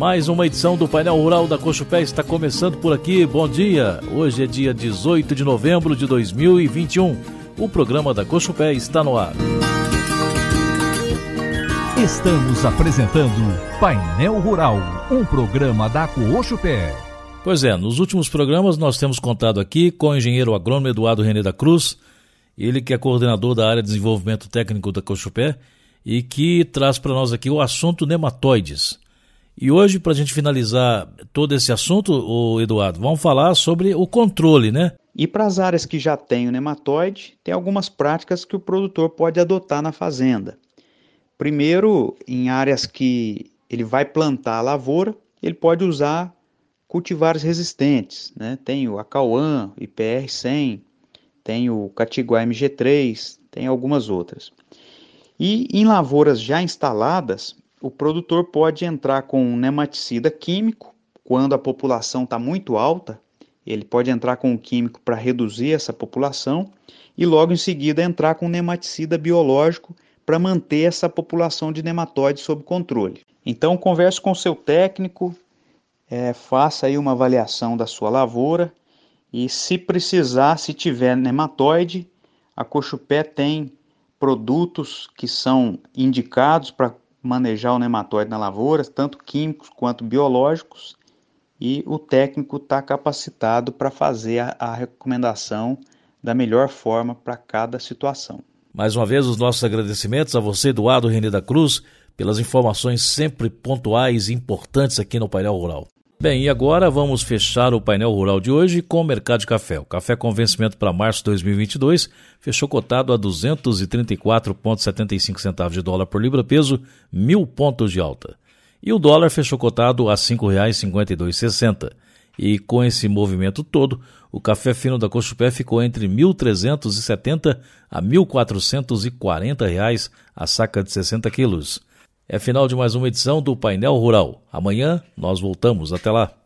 Mais uma edição do Painel Rural da Cochupé está começando por aqui. Bom dia! Hoje é dia 18 de novembro de 2021. O programa da Cochupé está no ar. Estamos apresentando Painel Rural, um programa da Cochupé. Pois é, nos últimos programas nós temos contado aqui com o engenheiro agrônomo Eduardo René da Cruz, ele que é coordenador da área de desenvolvimento técnico da Cochupé e que traz para nós aqui o assunto nematóides. E hoje, para a gente finalizar todo esse assunto, Eduardo, vamos falar sobre o controle, né? E para as áreas que já têm o nematóide, tem algumas práticas que o produtor pode adotar na fazenda. Primeiro, em áreas que ele vai plantar a lavoura, ele pode usar cultivares resistentes, né? Tem o Acauã, IPR 100, tem o Catiguá MG3, tem algumas outras. E em lavouras já instaladas, o produtor pode entrar com um nematicida químico, quando a população está muito alta, ele pode entrar com um químico para reduzir essa população e logo em seguida entrar com um nematicida biológico para manter essa população de nematóides sob controle. Então converse com o seu técnico, faça aí uma avaliação da sua lavoura e se precisar, se tiver nematóide, a Cochupé tem produtos que são indicados para manejar o nematóide na lavoura, tanto químicos quanto biológicos, e o técnico está capacitado para fazer a recomendação da melhor forma para cada situação. Mais uma vez, os nossos agradecimentos a você, Eduardo René da Cruz, pelas informações sempre pontuais e importantes aqui no Painel Rural. Bem, e agora vamos fechar o Painel Rural de hoje com o mercado de café. O café com vencimento para março de 2022 fechou cotado a 234,75 centavos de dólar por libra-peso, 1.000 pontos de alta. E o dólar fechou cotado a R$ 5,5260. E com esse movimento todo, o café fino da Cochupé ficou entre R$ 1.370 a R$ 1.440 a saca de 60 quilos. É final de mais uma edição do Painel Rural. Amanhã nós voltamos. Até lá.